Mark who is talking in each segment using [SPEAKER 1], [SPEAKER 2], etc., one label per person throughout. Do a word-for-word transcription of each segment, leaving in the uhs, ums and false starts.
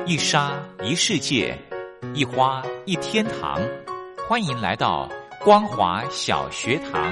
[SPEAKER 1] 一沙一世界，一花一天堂。欢迎来到光华小学堂。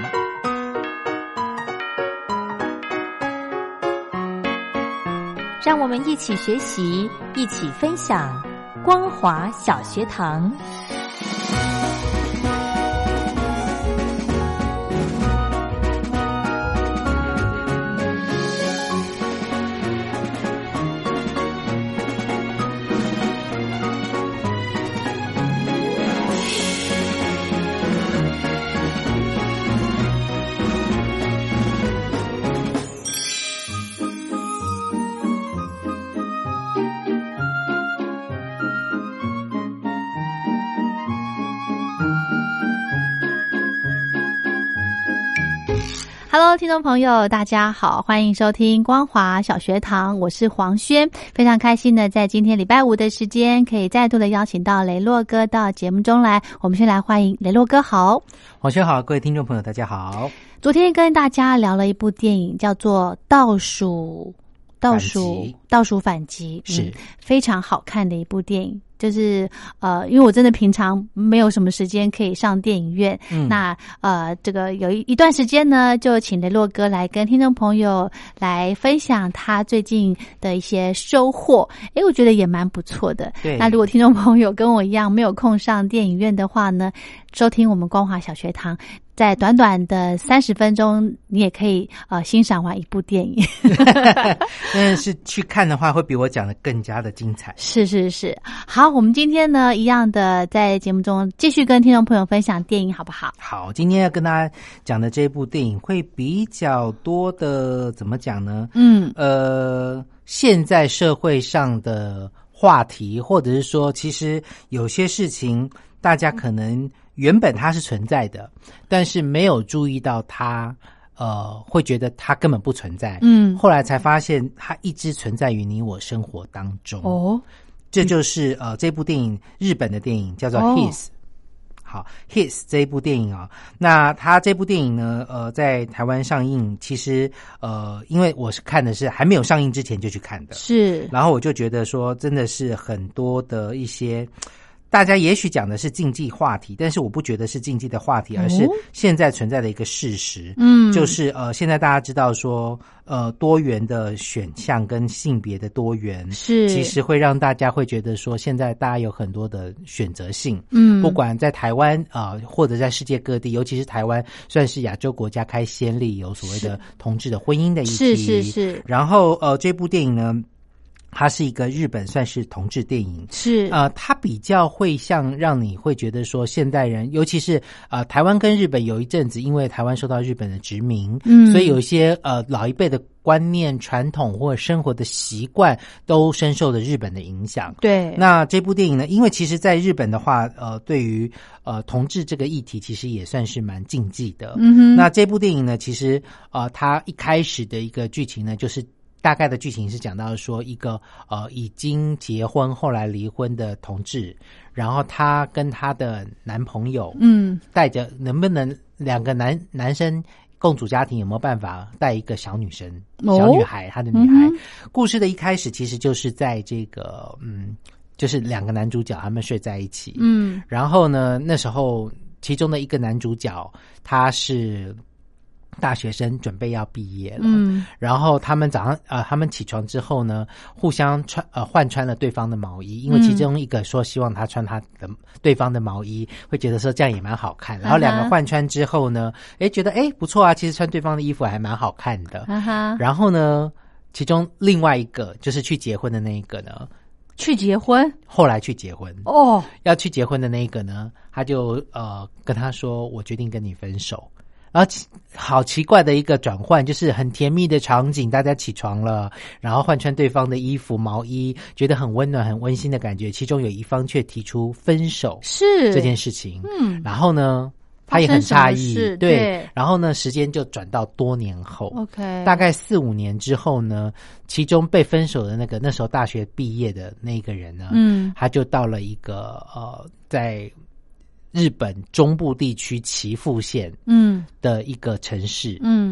[SPEAKER 2] 让我们一起学习，一起分享光华小学堂。Hello， 听众朋友，大家好，欢迎收听光华小学堂，我是黄轩，非常开心的在今天礼拜五的时间，可以再度的邀请到雷洛哥到节目中来。我们先来欢迎雷洛哥好。
[SPEAKER 3] 黄轩好，各位听众朋友大家好。
[SPEAKER 2] 昨天跟大家聊了一部电影，叫做倒数倒数倒数反击，
[SPEAKER 3] 是、
[SPEAKER 2] 嗯、非常好看的一部电影。就是呃，因为我真的平常没有什么时间可以上电影院，嗯、那呃，这个有一一段时间呢，就请雷洛哥来跟听众朋友来分享他最近的一些收获。诶，我觉得也蛮不错的。
[SPEAKER 3] 对，
[SPEAKER 2] 那如果听众朋友跟我一样没有空上电影院的话呢，收听我们光华小学堂，在短短的三十分钟，你也可以呃欣赏完一部电影。
[SPEAKER 3] 但是去看的话，会比我讲的更加的精彩。
[SPEAKER 2] 是是是，好，我们今天呢，一样的在节目中继续跟听众朋友分享电影，好不好？
[SPEAKER 3] 好，今天要跟大家讲的这部电影会比较多的，怎么讲呢？嗯，呃，现在社会上的话题，或者是说，其实有些事情大家可能原本它是存在的，但是没有注意到它，呃，会觉得它根本不存在。嗯，后来才发现它一直存在于你我生活当中。哦，这就是呃这部电影，日本的电影叫做 His。哦，好 ，His 这一部电影啊，那它这部电影呢，呃，在台湾上映，其实呃，因为我是看的是还没有上映之前就去看的，
[SPEAKER 2] 是，
[SPEAKER 3] 然后我就觉得说，真的是很多的一些。大家也许讲的是禁忌话题，但是我不觉得是禁忌的话题，而是现在存在的一个事实。嗯，就是呃，现在大家知道说，呃，多元的选项跟性别的多元，是其实会让大家会觉得说，现在大家有很多的选择性。嗯，不管在台湾啊、呃，或者在世界各地，尤其是台湾，算是亚洲国家开先例，有所谓的同志的婚姻的议题。
[SPEAKER 2] 是是是。然
[SPEAKER 3] 后呃，这部电影呢，它是一个日本算是同志电影，是呃，它比较会像让你会觉得说现代人，尤其是呃台湾跟日本有一阵子，因为台湾受到日本的殖民，嗯，所以有一些呃老一辈的观念、传统或者生活的习惯都深受了日本的影响。
[SPEAKER 2] 对，
[SPEAKER 3] 那这部电影呢，因为其实在日本的话，呃，对于呃同志这个议题，其实也算是蛮禁忌的。嗯哼，那这部电影呢，其实呃，它一开始的一个剧情呢，就是大概的剧情是讲到说一个呃已经结婚后来离婚的同志，然后她跟她的男朋友，嗯，带着能不能两个男男生共组家庭，有没有办法带一个小女生、哦、小女孩，她的女孩、嗯。故事的一开始其实就是在这个嗯，就是两个男主角他们睡在一起，嗯，然后呢，那时候其中的一个男主角他是大学生，准备要毕业了，嗯，然后他们早上呃，他们起床之后呢，互相穿呃换穿了对方的毛衣，因为其中一个说希望他穿他的对方的毛衣，会觉得说这样也蛮好看，然后两个换穿之后呢，诶，觉得诶不错啊，其实穿对方的衣服还蛮好看的，嗯、然后呢，其中另外一个就是去结婚的那一个呢，
[SPEAKER 2] 去结婚，
[SPEAKER 3] 后来去结婚
[SPEAKER 2] 哦，
[SPEAKER 3] 要去结婚的那一个呢，他就呃跟他说，我决定跟你分手。然后好奇怪的一个转换，就是很甜蜜的场景，大家起床了，然后换穿对方的衣服毛衣，觉得很温暖很温馨的感觉，其中有一方却提出分手是这件事情，嗯，然后呢他也很诧异， 对, 对，然后呢时间就转到多年后
[SPEAKER 2] OK，
[SPEAKER 3] 大概四五年之后呢，其中被分手的那个那时候大学毕业的那个人呢，嗯，他就到了一个呃在日本中部地区岐阜县嗯的一个城市嗯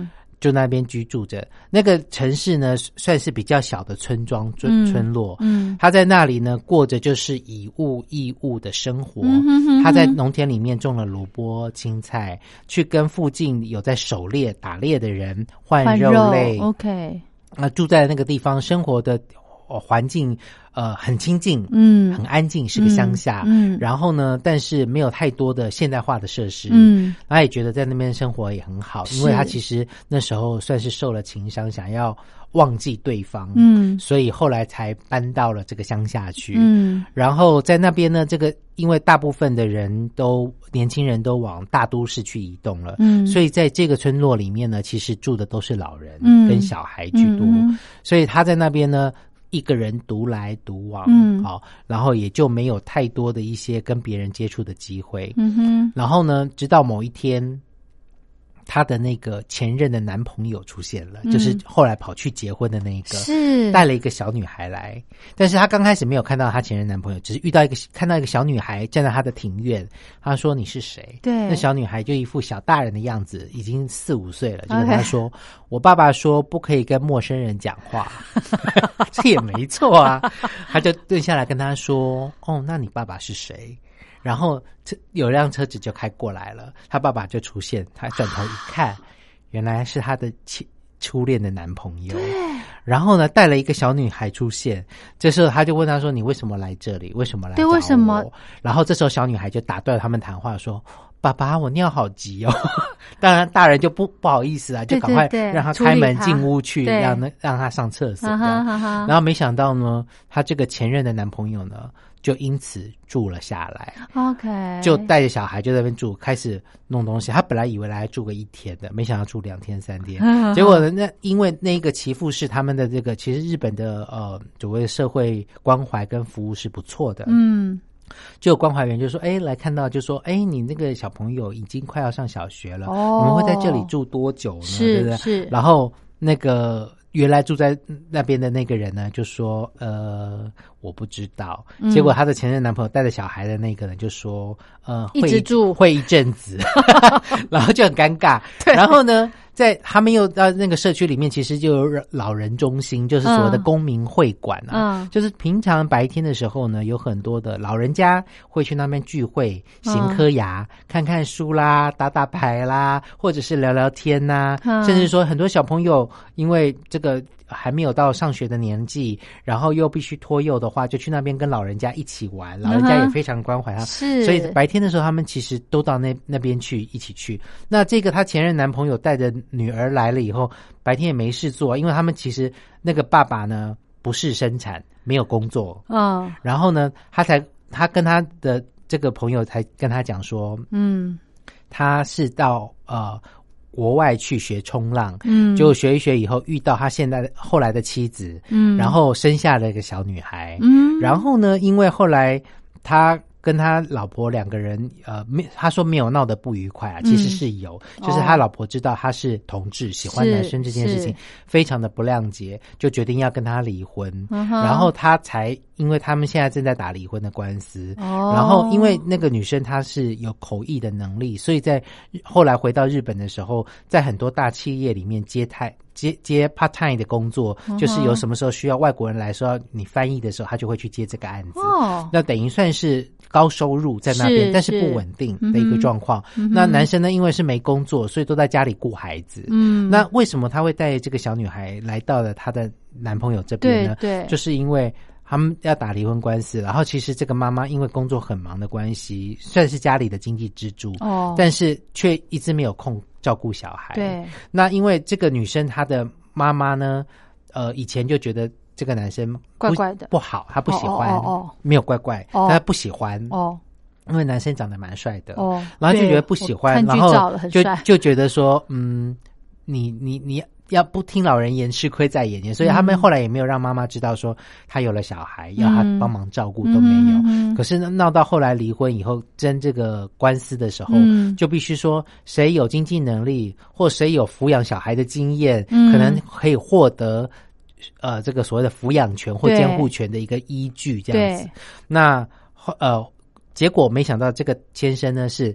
[SPEAKER 3] 就那边居住着。那个城市呢，算是比较小的村庄村村落。嗯，他在那里呢过着就是以物易物的生活。嗯哼哼哼，他在农田里面种了萝卜、青菜，去跟附近有在狩猎、打猎的人换肉类。
[SPEAKER 2] OK，
[SPEAKER 3] 那住在那个地方生活的环境呃很清静，嗯，很安静，是个乡下，嗯，然后呢，但是没有太多的现代化的设施，嗯，他也觉得在那边生活也很好，因为他其实那时候算是受了情伤，想要忘记对方，嗯，所以后来才搬到了这个乡下去，嗯，然后在那边呢，这个因为大部分的人都年轻人都往大都市去移动了，嗯，所以在这个村落里面呢，其实住的都是老人，嗯，跟小孩居多，嗯，所以他在那边呢。一个人独来独往，嗯，好，然后也就没有太多的一些跟别人接触的机会，嗯哼。然后呢，直到某一天，她的那个前任的男朋友出现了，嗯，就是后来跑去结婚的那一个，是带了一个小女孩来。但是她刚开始没有看到她前任男朋友，只是遇到一个看到一个小女孩站在她的庭院，她说你是谁？对，那小女孩就一副小大人的样子，已经四五岁了，就跟她说。Okay.我爸爸说不可以跟陌生人讲话，这也没错啊。他就蹲下来跟他说：“哦，那你爸爸是谁？”然后有辆车子就开过来了，他爸爸就出现，他转头一看，原来是他的初恋的男朋友。然后呢，带了一个小女孩出现。这时候他就问他说：“你为什么来这里？为什么来找我？”对，为什么？然后这时候小女孩就打断他们谈话说。爸爸，我尿好急哦！当然，大人就不不好意思啊，就赶快让他开门进屋去，让那让他上厕所。然后没想到呢，他这个前任的男朋友呢，就因此住了下来。OK， 就带着小孩就在那边住，开始弄东西。他本来以为来住个一天的，没想到住两天三天。结果呢，那因为那个岐阜市他们的这个，其实日本的呃所谓的社会关怀跟服务是不错的。嗯。就有关怀员就说：“哎，来看到就说，哎，你那个小朋友已经快要上小学了，哦，你们会在这里住多久呢？是对不对？是。然后那个原来住在那边的那个人呢，就说：呃，我不知道。嗯，结果他的前任男朋友带着小孩的那个人就说：呃，会一直住，会一阵子，然后就很尴尬。然后呢？”在他们又到那个社区里面，其实就有老人中心，就是所谓的公民会馆啊。嗯，就是平常白天的时候呢，有很多的老人家会去那边聚会、行颗牙、嗯、看看书啦、打打牌啦，或者是聊聊天呐、嗯。甚至说很多小朋友因为这个还没有到上学的年纪，然后又必须托幼的话，就去那边跟老人家一起玩，老人家也非常关怀他。是，所以白天的时候，他们其实都到那那边去一起去。那这个她前任男朋友带着女儿来了以后，白天也没事做，因为他们其实那个爸爸呢不是生产，没有工作。嗯，然后呢，他才他跟他的这个朋友才跟他讲说，嗯，他是到呃国外去学冲浪，嗯，就学一学以后遇到他现在的后来的妻子，嗯，然后生下了一个小女孩，嗯，然后呢，因为后来他。跟他老婆两个人，呃，没他说没有闹得不愉快啊，其实是有，嗯、就是他老婆知道他是同志，喜欢男生这件事情，非常的不谅解，就决定要跟他离婚，嗯、然后他才，因为他们现在正在打离婚的官司，哦、然后因为那个女生她是有口译的能力，所以在后来回到日本的时候，在很多大企业里面接太。接接 part time 的工作，就是有什么时候需要外国人来说你翻译的时候，他就会去接这个案子。哦，那等于算是高收入在那边，是但是不稳定的一个状况。嗯、那男生呢，因为是没工作，所以都在家里顾孩子。嗯，那为什么他会带这个小女孩来到了她的男朋友这边呢？对，对就是因为他们要打离婚官司，然后其实这个妈妈因为工作很忙的关系，算是家里的经济支柱。哦，但是却一直没有空。照顾小孩，对，那因为这个女生她的妈妈呢，呃，以前就觉得这个男生
[SPEAKER 2] 怪怪的不
[SPEAKER 3] 好，她不喜欢，哦哦哦没有怪怪，哦、她不喜欢，哦，因为男生长得蛮帅的，哦，然后就觉得不喜欢，然后就就觉得说，嗯，你你你。要不听老人言，吃亏在眼前，所以他们后来也没有让妈妈知道说他有了小孩，嗯、要他帮忙照顾都没有。嗯、可是闹到后来离婚以后，争这个官司的时候，嗯、就必须说谁有经济能力，或谁有抚养小孩的经验，嗯、可能可以获得呃这个所谓的抚养权或监护权的一个依据，这样子。那呃，结果没想到这个先生呢是。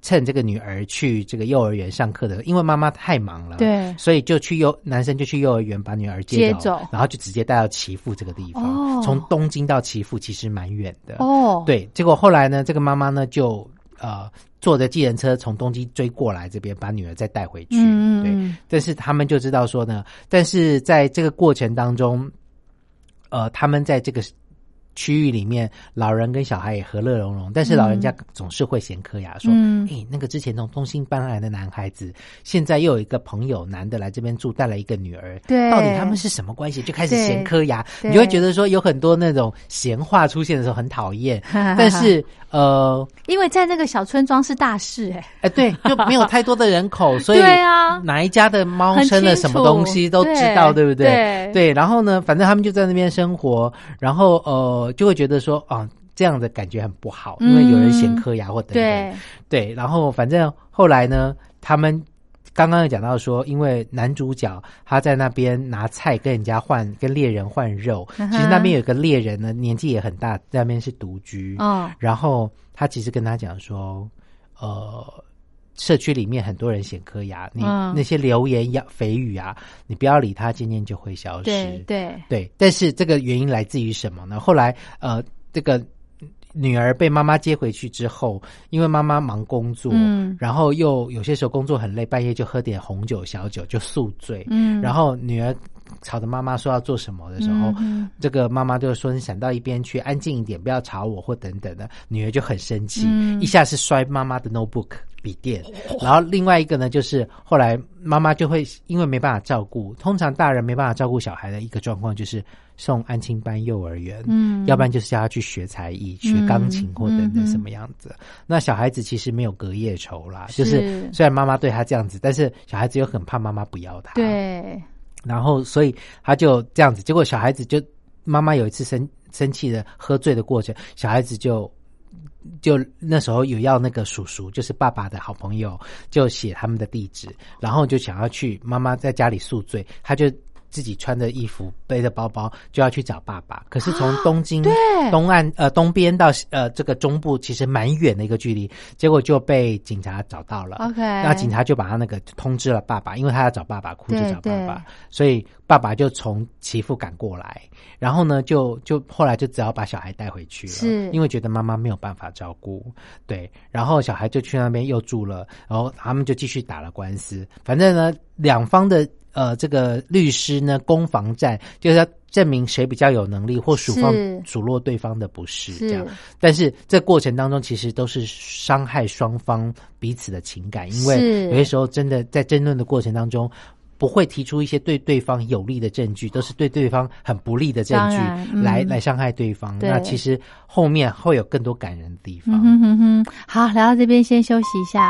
[SPEAKER 3] 趁这个女儿去这个幼儿园上课的，因为妈妈太忙了，
[SPEAKER 2] 对，
[SPEAKER 3] 所以就去幼男生就去幼儿园把女儿接走，
[SPEAKER 2] 接走
[SPEAKER 3] 然后就直接带到岐阜这个地方。哦，从东京到岐阜其实蛮远的。
[SPEAKER 2] 哦，
[SPEAKER 3] 对，结果后来呢，这个妈妈呢就呃坐着计程车从东京追过来这边，把女儿再带回去。嗯，对，但是他们就知道说呢，但是在这个过程当中，呃，他们在这个区域里面，老人跟小孩也和乐融融，但是老人家总是会嫌磕牙，说：“嗯，哎，那个之前从东京搬来的男孩子，现在又有一个朋友男的来这边住，带了一个女儿，
[SPEAKER 2] 对，
[SPEAKER 3] 到底他们是什么关系？”就开始嫌磕牙，你就会觉得说有很多那种闲话出现的时候很讨厌，但是呃，
[SPEAKER 2] 因为在那个小村庄是大事、欸，哎，
[SPEAKER 3] 哎，对，就没有太多的人口，所以
[SPEAKER 2] 对啊，
[SPEAKER 3] 哪一家的猫生了什么东西都知道，对不对？
[SPEAKER 2] 对，对，
[SPEAKER 3] 然后呢，反正他们就在那边生活，然后呃。就会觉得说啊，这样的感觉很不好，因为有人嫌磕牙或等等。嗯、对, 对，然后反正后来呢，他们刚刚有讲到说，因为男主角他在那边拿菜跟人家换，跟猎人换肉。嗯、其实那边有个猎人呢，年纪也很大，在那边是独居。哦，然后他其实跟他讲说，呃。社区里面很多人嫌磕牙，你、嗯、那些流言蜚语啊，你不要理他，渐渐就会消失。
[SPEAKER 2] 对对
[SPEAKER 3] 对，但是这个原因来自于什么呢？后来呃，这个女儿被妈妈接回去之后，因为妈妈忙工作，嗯，然后又有些时候工作很累，半夜就喝点红酒、小酒就宿醉，嗯，然后女儿吵着妈妈说要做什么的时候，嗯、这个妈妈就说你闪到一边去，安静一点，不要吵我或等等的。女儿就很生气，嗯、一下是摔妈妈的 notebook 笔电，然后另外一个呢，就是后来妈妈就会因为没办法照顾，通常大人没办法照顾小孩的一个状况就是送安亲班、幼儿园，嗯，要不然就是叫他去学才艺、学钢琴或等等什么样子。嗯、那小孩子其实没有隔夜仇啦，是就是虽然妈妈对他这样子，但是小孩子又很怕妈妈不要他，
[SPEAKER 2] 对。
[SPEAKER 3] 然后，所以他就这样子。结果小孩子就妈妈有一次生生气的喝醉的过程，小孩子就就那时候有要那个叔叔，就是爸爸的好朋友，就写他们的地址，然后就想要去妈妈在家里宿醉，他就自己穿着衣服背着包包就要去找爸爸。可是从东京、啊、东岸呃东边到呃这个中部其实蛮远的一个距离，结果就被警察找到了。OK， 那警察就把他那个通知了爸爸，因为他要找爸爸，哭着找爸爸，所以爸爸就从岐阜赶过来，然后呢就就后来就只好把小孩带回去了，是因为觉得妈妈没有办法照顾，对，然后小孩就去那边又住了，然后他们就继续打了官司，反正呢两方的。呃，这个律师呢，攻防战就是要证明谁比较有能力，或数方数落对方的不是这样。但是这过程当中，其实都是伤害双方彼此的情感，因为有些时候真的在争论的过程当中，不会提出一些对对方有利的证据，都是对对方很不利的证据来、嗯、来伤害对方。那其实后面会有更多感人的地方。
[SPEAKER 2] 嗯哼哼哼，好，聊到这边先休息一下。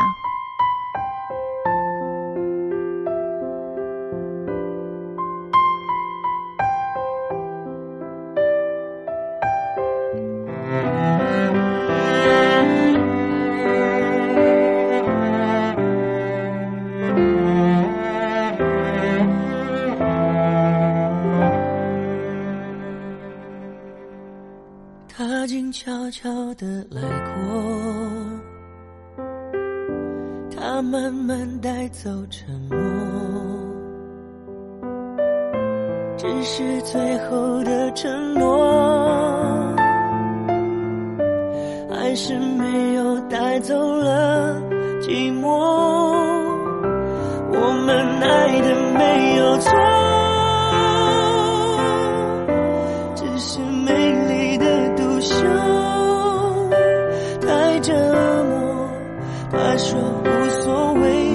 [SPEAKER 4] 悄悄地来过，它慢慢带走沉默，只是最后的承诺，还是没有带走了寂寞。我们爱的没有错，只是美丽的独秀太折磨。他说无所谓，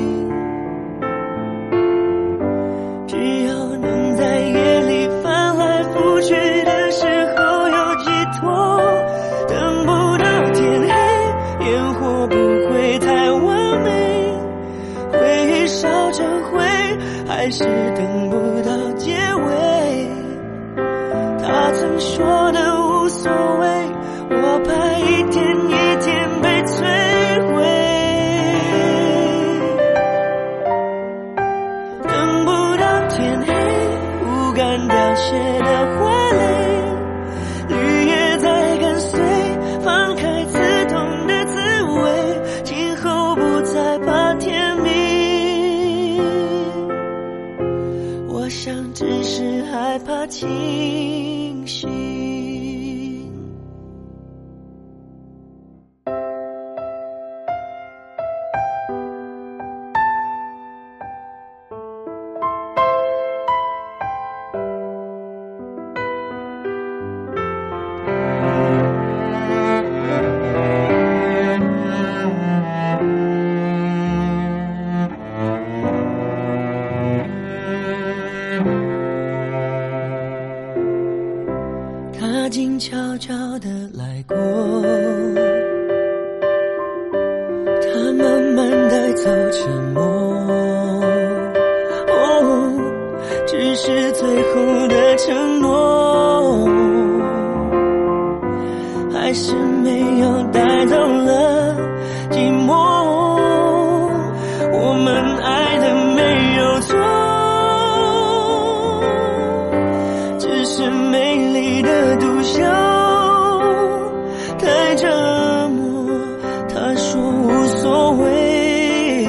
[SPEAKER 4] 只要能在夜里翻来覆去的时候有寄托，等不到天黑，烟火不会太完美，回忆烧成灰，还是等不到结尾。他曾说的无所谓，我怕一天一天被摧毁，等不到天黑，不敢凋谢的花蕾，绿叶在跟随，放开刺痛的滋味，今后不清醒。他静悄悄地来过，他慢慢带走沉默，哦，只是最后的承诺，还是没有带走了寂寞。我们爱的没有错，只是美丽的独秀太折磨。他说无所谓，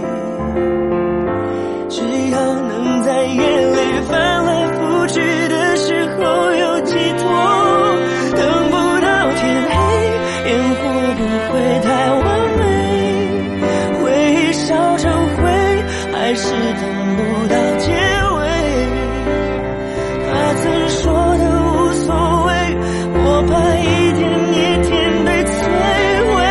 [SPEAKER 4] 只要能在夜里翻来覆去的时候有寄托。等不到天黑，烟火不会太完美，回忆烧成灰，还是等不到结尾。他曾说的无所谓，我怕一天一天被摧毁。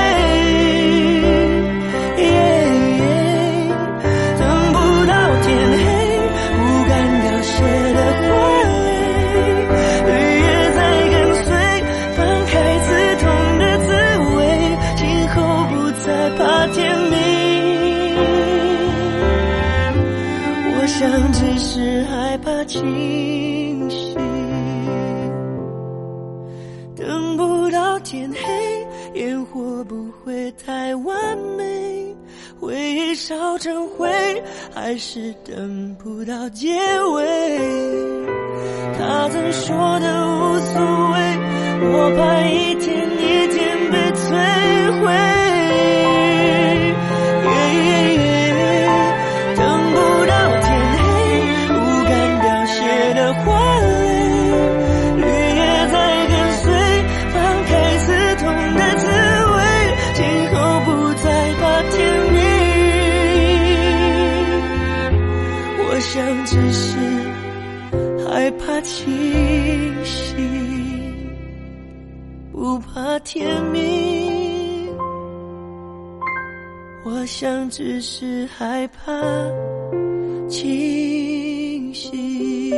[SPEAKER 4] 等不到天黑，不敢凋谢的花蕾，绿叶在跟随，放开刺痛的滋味，今后不再怕天明。我想只是害怕清醒。等不到天黑，烟火不会太完美，回忆烧成灰，还是等不到结尾。他曾说的无所谓，我怕一天一天被摧毁。等不到天黑，不敢凋谢的花蕾，绿叶在跟随，放开刺痛的滋味，今后不再怕天明。我想只是害怕清醒，不怕天明。我想只是害怕清醒。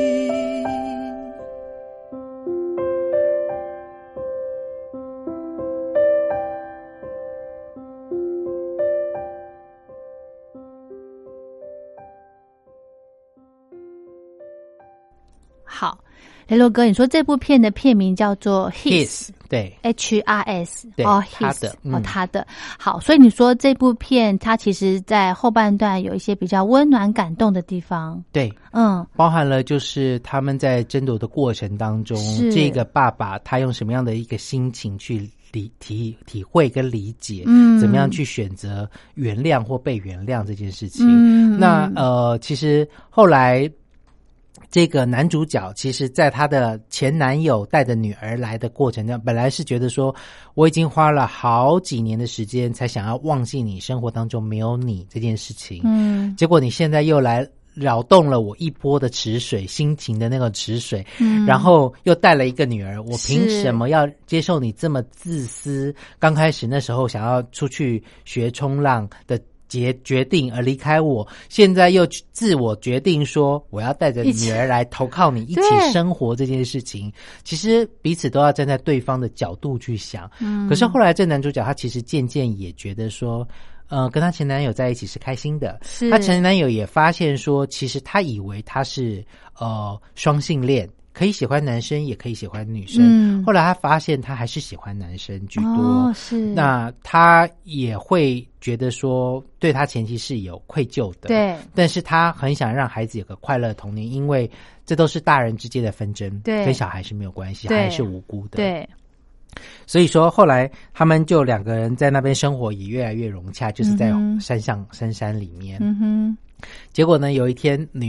[SPEAKER 2] 好，雷洛哥，你说这部片的片名叫做
[SPEAKER 3] His， 对
[SPEAKER 2] H R S，
[SPEAKER 3] 对，
[SPEAKER 2] 哦，
[SPEAKER 3] 他
[SPEAKER 2] His，
[SPEAKER 3] 的，嗯、
[SPEAKER 2] 哦，他的。好，所以你说这部片它其实在后半段有一些比较温暖感动的地方。
[SPEAKER 3] 对，
[SPEAKER 2] 嗯，
[SPEAKER 3] 包含了就是他们在争夺的过程当中，这个爸爸他用什么样的一个心情去理体体会跟理解，嗯，怎么样去选择原谅或被原谅这件事情。嗯，那呃，其实后来这个男主角其实在他的前男友带着女儿来的过程中，本来是觉得说我已经花了好几年的时间才想要忘记你生活当中没有你这件事情，嗯，结果你现在又来扰动了我一波的池水，心情的那个池水，嗯，然后又带了一个女儿，我凭什么要接受你这么自私？刚开始那时候想要出去学冲浪的决决定而离开我，现在又自我决定说我要带着女儿来投靠你一起生活这件事情，其实彼此都要站在对方的角度去想。嗯，可是后来这男主角他其实渐渐也觉得说呃，跟他前男友在一起是开心的，是他前男友也发现说其实他以为他是呃双性恋，可以喜欢男生也可以喜欢女生，嗯，后来他发现他还是喜欢男生居多，哦，是，那他也会觉得说对他前妻是有愧疚的，对，但是他很想让孩子有个快乐的童年，因为这都是大人之间的纷争，对，跟小孩是没有关系，还是无辜的，对。所以说后来他们就两个人在那边生活也越来越融洽，就是在山上、嗯、深山里面，嗯哼。结果呢有一天女儿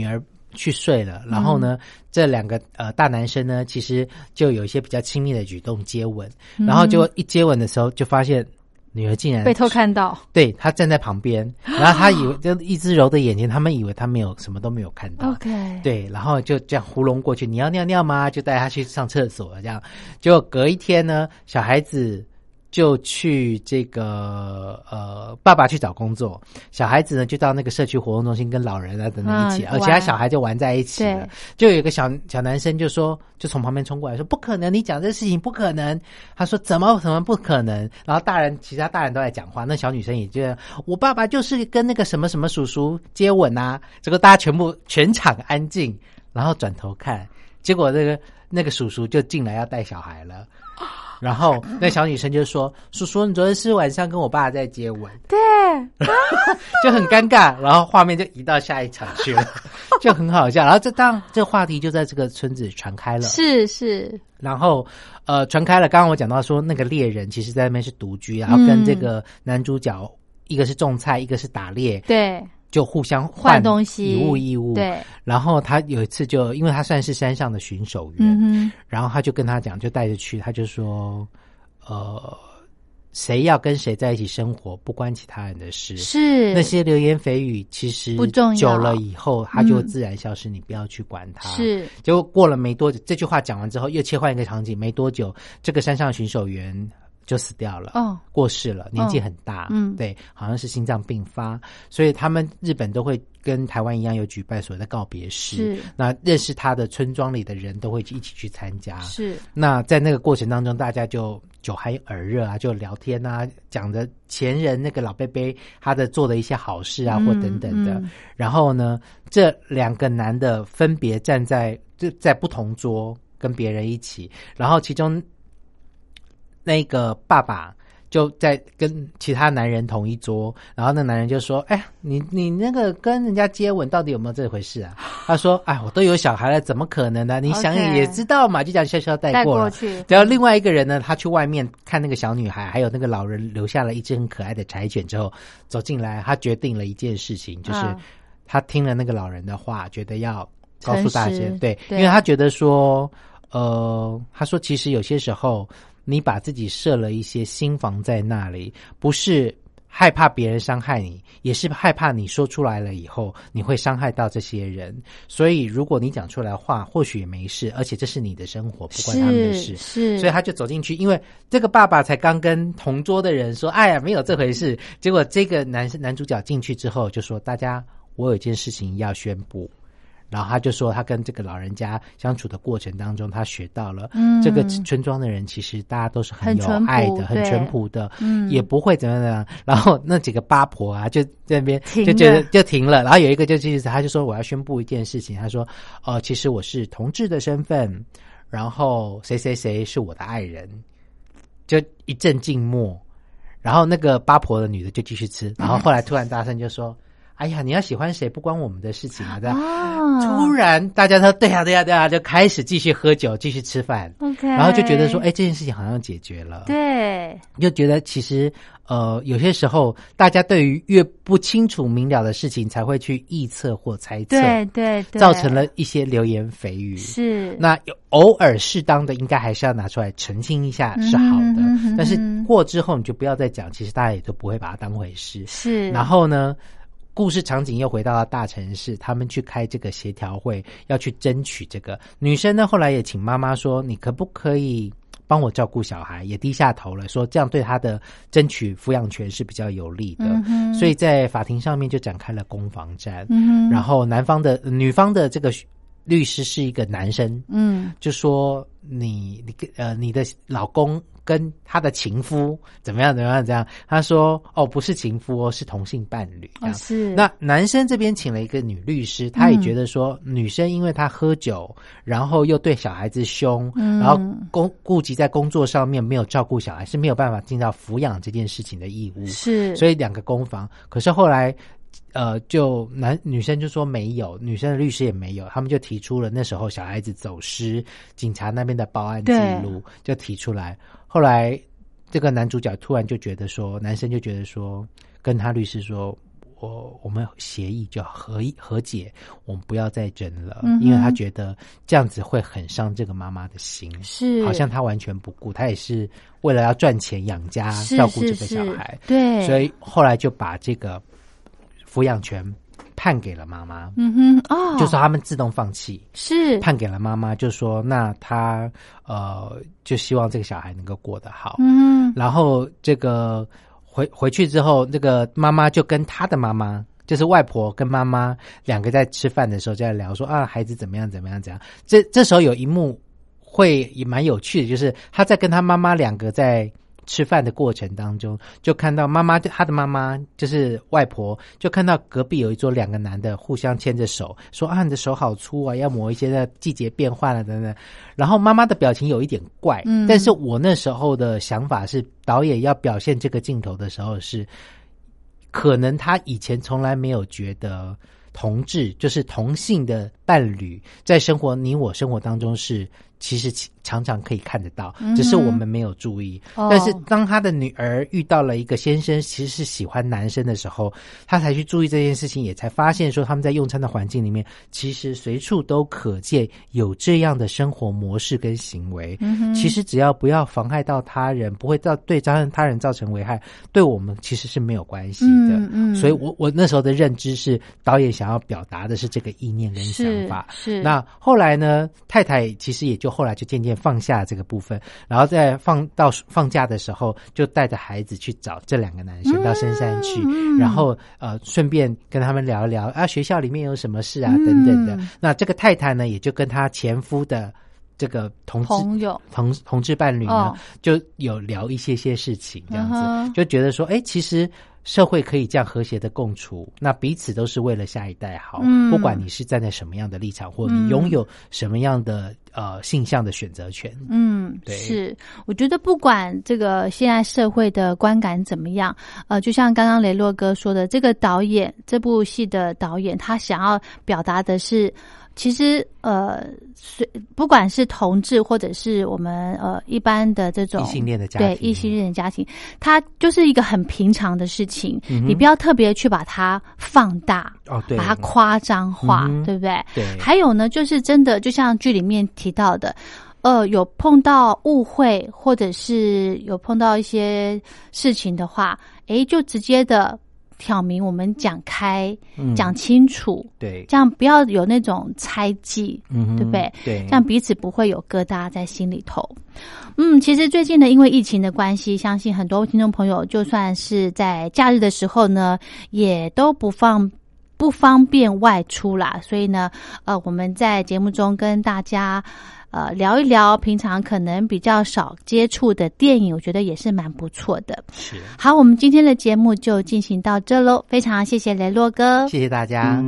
[SPEAKER 3] 去睡了，然后呢，嗯、这两个呃大男生呢，其实就有一些比较亲密的举动，接吻，嗯、然后就一接吻的时候，就发现女儿竟然
[SPEAKER 2] 被偷看到，
[SPEAKER 3] 对，她站在旁边，然后她以为就一直揉着眼睛，他们以为她没有什么都没有看到
[SPEAKER 2] ，OK，
[SPEAKER 3] 对，然后就这样糊弄过去，你要尿尿吗？就带她去上厕所，这样，结果隔一天呢，小孩子。就去这个呃，爸爸去找工作，小孩子呢就到那个社区活动中心跟老人啊等等一起，而、嗯、其他小孩就玩在一起了。就有一个小小男生就说，就从旁边冲过来说：“不可能，你讲这事情不可能。”他说：“怎么怎么不可能？”然后大人其他大人都在讲话，那小女生也觉得我爸爸就是跟那个什么什么叔叔接吻啊。这个大家全部全场安静，然后转头看，结果那个那个叔叔就进来要带小孩了。然后那小女生就说：“叔叔，你昨天是晚上跟我爸在接吻。”
[SPEAKER 2] 对，
[SPEAKER 3] 就很尴尬。然后画面就移到下一场去了，就很好笑。然后这当这个话题就在这个村子传开了，
[SPEAKER 2] 是是。
[SPEAKER 3] 然后呃传开了，刚刚我讲到说那个猎人其实在那边是独居，然后跟这个男主角、嗯、一个是种菜，一个是打猎，
[SPEAKER 2] 对。
[SPEAKER 3] 就互相
[SPEAKER 2] 换东西，
[SPEAKER 3] 以物易物。
[SPEAKER 2] 对，
[SPEAKER 3] 然后他有一次就，因为他算是山上的巡守员，嗯、然后他就跟他讲，就带着去，他就说，呃，谁要跟谁在一起生活，不关其他人的事。
[SPEAKER 2] 是
[SPEAKER 3] 那些流言蜚语，其实
[SPEAKER 2] 不重要，
[SPEAKER 3] 久了以后，他就会自然消失，嗯、你不要去管它。
[SPEAKER 2] 是，
[SPEAKER 3] 结果过了没多久，这句话讲完之后，又切换一个场景，没多久，这个山上巡守员就死掉了，哦，过世了，年纪很大，嗯，对，好像是心脏病发，所以他们日本都会跟台湾一样有举办所谓的告别式，是，那认识他的村庄里的人都会一起去参加，
[SPEAKER 2] 是，
[SPEAKER 3] 那在那个过程当中，大家就酒酣耳热啊，就聊天啊，讲着前人那个老伯伯他的做的一些好事啊，嗯、或等等的，嗯、然后呢，这两个男的分别站在就在不同桌跟别人一起，然后其中。那个爸爸就在跟其他男人同一桌，然后那男人就说：“哎呀，你你那个跟人家接吻到底有没有这回事啊？”他说：“哎，我都有小孩了，怎么可能呢？你想也知道嘛， okay, 就这样笑笑带过了。”然后另外一个人呢，他去外面看那个小女孩，还有那个老人留下了一只很可爱的柴犬之后，走进来，他决定了一件事情，就是他听了那个老人的话，觉得要告诉大家，对，因为他觉得说，呃，他说其实有些时候。你把自己设了一些心防在那里，不是害怕别人伤害你，也是害怕你说出来了以后你会伤害到这些人。所以如果你讲出来的话或许也没事，而且这是你的生活，不关他们的事。
[SPEAKER 2] 是，
[SPEAKER 3] 所以他就走进去，因为这个爸爸才刚跟同桌的人说哎呀没有这回事，结果这个男男主角进去之后就说大家我有一件事情要宣布，然后他就说他跟这个老人家相处的过程当中他学到了、嗯、这个村庄的人其实大家都是很有爱的，很淳朴的、嗯、也不会怎么样。然后那几个八婆啊就在那边就觉得就停了，然后有一个就继续他就说我要宣布一件事情，他说哦、呃，其实我是同志的身份，然后谁谁谁是我的爱人，就一阵静默，然后那个八婆的女的就继续吃，然后后来突然大声就说哎呀，你要喜欢谁不关我们的事情啊！这样、哦，突然大家说对呀、啊、对呀、啊、对呀、啊，就开始继续喝酒，继续吃饭。OK， 然后就觉得说，哎，这件事情好像解决了。
[SPEAKER 2] 对，
[SPEAKER 3] 就觉得其实呃，有些时候大家对于越不清楚明了的事情，才会去臆测或猜测，
[SPEAKER 2] 对对对，
[SPEAKER 3] 造成了一些流言蜚语。
[SPEAKER 2] 是，
[SPEAKER 3] 那有偶尔适当的，应该还是要拿出来澄清一下是好的。嗯、哼哼哼但是过之后你就不要再讲，其实大家也都不会把它当回事。
[SPEAKER 2] 是，
[SPEAKER 3] 然后呢？故事场景又回到了大城市，他们去开这个协调会，要去争取这个。女生呢，后来也请妈妈说：“你可不可以帮我照顾小孩？”也低下头了，说这样对她的争取抚养权是比较有利的。嗯、所以在法庭上面就展开了攻防战。嗯、然后男方的、女方的这个律师是一个男生，嗯，就说你你呃你的老公跟他的情夫怎么样怎么样怎样，他说哦不是情夫哦是同性伴侣这样、哦、是。那男生这边请了一个女律师，他也觉得说、嗯、女生因为她喝酒，然后又对小孩子凶，嗯、然后工顾及在工作上面没有照顾小孩，是没有办法尽到抚养这件事情的义务，是。所以两个攻防，可是后来呃，就男女生就说没有，女生的律师也没有，他们就提出了那时候小孩子走失，警察那边的报案记录就提出来。后来这个男主角突然就觉得说，男生就觉得说，跟他律师说， 我我们协议就和和解，我们不要再争了，
[SPEAKER 2] 嗯、
[SPEAKER 3] 因为他觉得这样子会很伤这个妈妈的心，
[SPEAKER 2] 是
[SPEAKER 3] 好像他完全不顾，他也是为了要赚钱养家照顾这个小孩，
[SPEAKER 2] 对，
[SPEAKER 3] 所以后来就把这个抚养权判给了妈妈，
[SPEAKER 2] 嗯哼，哦，
[SPEAKER 3] 就说他们自动放弃，
[SPEAKER 2] 是
[SPEAKER 3] 判给了妈妈，就说那他呃就希望这个小孩能够过得好，
[SPEAKER 2] 嗯，
[SPEAKER 3] 然后这个回回去之后，那个妈妈就跟他的妈妈，就是外婆跟妈妈两个在吃饭的时候就在聊说啊，孩子怎么样怎么样怎样。这这时候有一幕会也蛮有趣的，就是他在跟他妈妈两个在吃饭的过程当中，就看到妈妈他的妈妈就是外婆，就看到隔壁有一桌两个男的互相牵着手，说啊你的手好粗啊，要抹一些的季节变换了等等。然后妈妈的表情有一点怪，嗯，但是我那时候的想法是，导演要表现这个镜头的时候是，可能他以前从来没有觉得同志就是同性的伴侣在生活你我生活当中是其实常常可以看得到，只是我们没有注意、嗯、但是当他的女儿遇到了一个先生其实是喜欢男生的时候，他才去注意这件事情，也才发现说他们在用餐的环境里面其实随处都可见有这样的生活模式跟行为、嗯、其实只要不要妨害到他人，不会到对他人造成危害，对我们其实是没有关系的、嗯嗯、所以我我那时候的认知是导演想要表达的是这个意念跟想法，
[SPEAKER 2] 是是。
[SPEAKER 3] 那后来呢，太太其实也就后来就渐渐放下这个部分，然后在放到放假的时候就带着孩子去找这两个男生到深山去、嗯、然后呃顺便跟他们聊一聊啊学校里面有什么事啊、嗯、等等的。那这个太太呢也就跟她前夫的这个同志
[SPEAKER 2] 朋友
[SPEAKER 3] 同同志伴侣呢、哦、就有聊一些些事情这样子、嗯、就觉得说哎其实社会可以这样和谐的共处，那彼此都是为了下一代好、嗯、不管你是站在什么样的立场，或你拥有什么样的、嗯、呃性向的选择权。嗯，对，
[SPEAKER 2] 是。我觉得不管这个现在社会的观感怎么样，呃，就像刚刚雷洛哥说的，这个导演这部戏的导演他想要表达的是其实呃，不管是同志或者是我们呃一般的这种
[SPEAKER 3] 异性恋的家庭，
[SPEAKER 2] 对异性恋的家庭，它就是一个很平常的事情，嗯、你不要特别去把它放大，
[SPEAKER 3] 哦，对，
[SPEAKER 2] 把它夸张化、嗯，对不对？
[SPEAKER 3] 对。
[SPEAKER 2] 还有呢，就是真的，就像剧里面提到的，呃，有碰到误会或者是有碰到一些事情的话，诶，就直接的挑明，我们讲开，讲、嗯、清楚，
[SPEAKER 3] 对，
[SPEAKER 2] 这样不要有那种猜忌，嗯，对不对？
[SPEAKER 3] 对，
[SPEAKER 2] 这样彼此不会有疙瘩在心里头。嗯，其实最近呢，因为疫情的关系，相信很多听众朋友就算是在假日的时候呢，也都不放不方便外出啦，所以呢，呃，我们在节目中跟大家呃，聊一聊平常可能比较少接触的电影，我觉得也是蛮不错的。
[SPEAKER 3] 是。
[SPEAKER 2] 好，我们今天的节目就进行到这咯，非常谢谢雷洛哥，
[SPEAKER 3] 谢谢大家。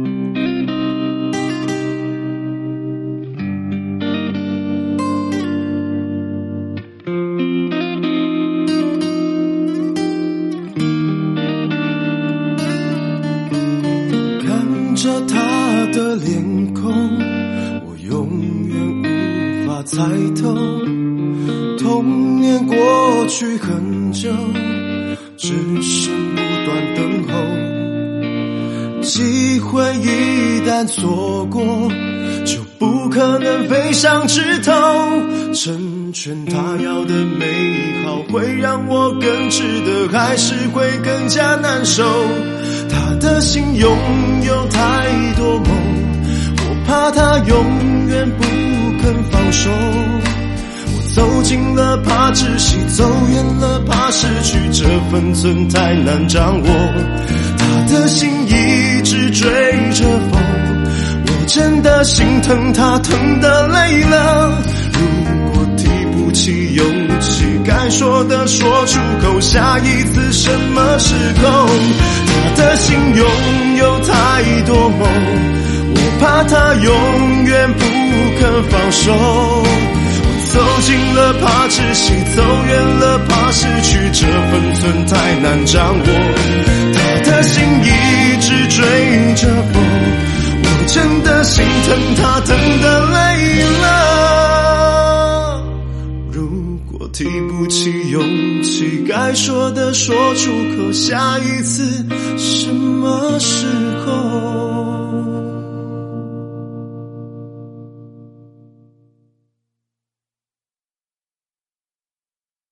[SPEAKER 4] 看着他的脸孔，我永远猜透，童年过去很久，只剩不断等候。机会一旦错过，就不可能飞上枝头。成全他要的美好，会让我更值得，还是会更加难受？他的心拥有太多梦，我怕他永远不肯放手，我走近了怕窒息，走远了怕失去，这分寸太难掌握。他的心一直追着风，我真的心疼他，疼得累了。如果提不起勇气，该说的说出口，下一次什么时候？他的心拥有太多梦，我怕他永远不肯放手，我走近了怕窒息，走远了怕失去，这分寸太难掌握。他的心一直追着风，我真的心疼他，疼得累了。如果提不起勇气，该说的说出口，下一次什么
[SPEAKER 5] 么时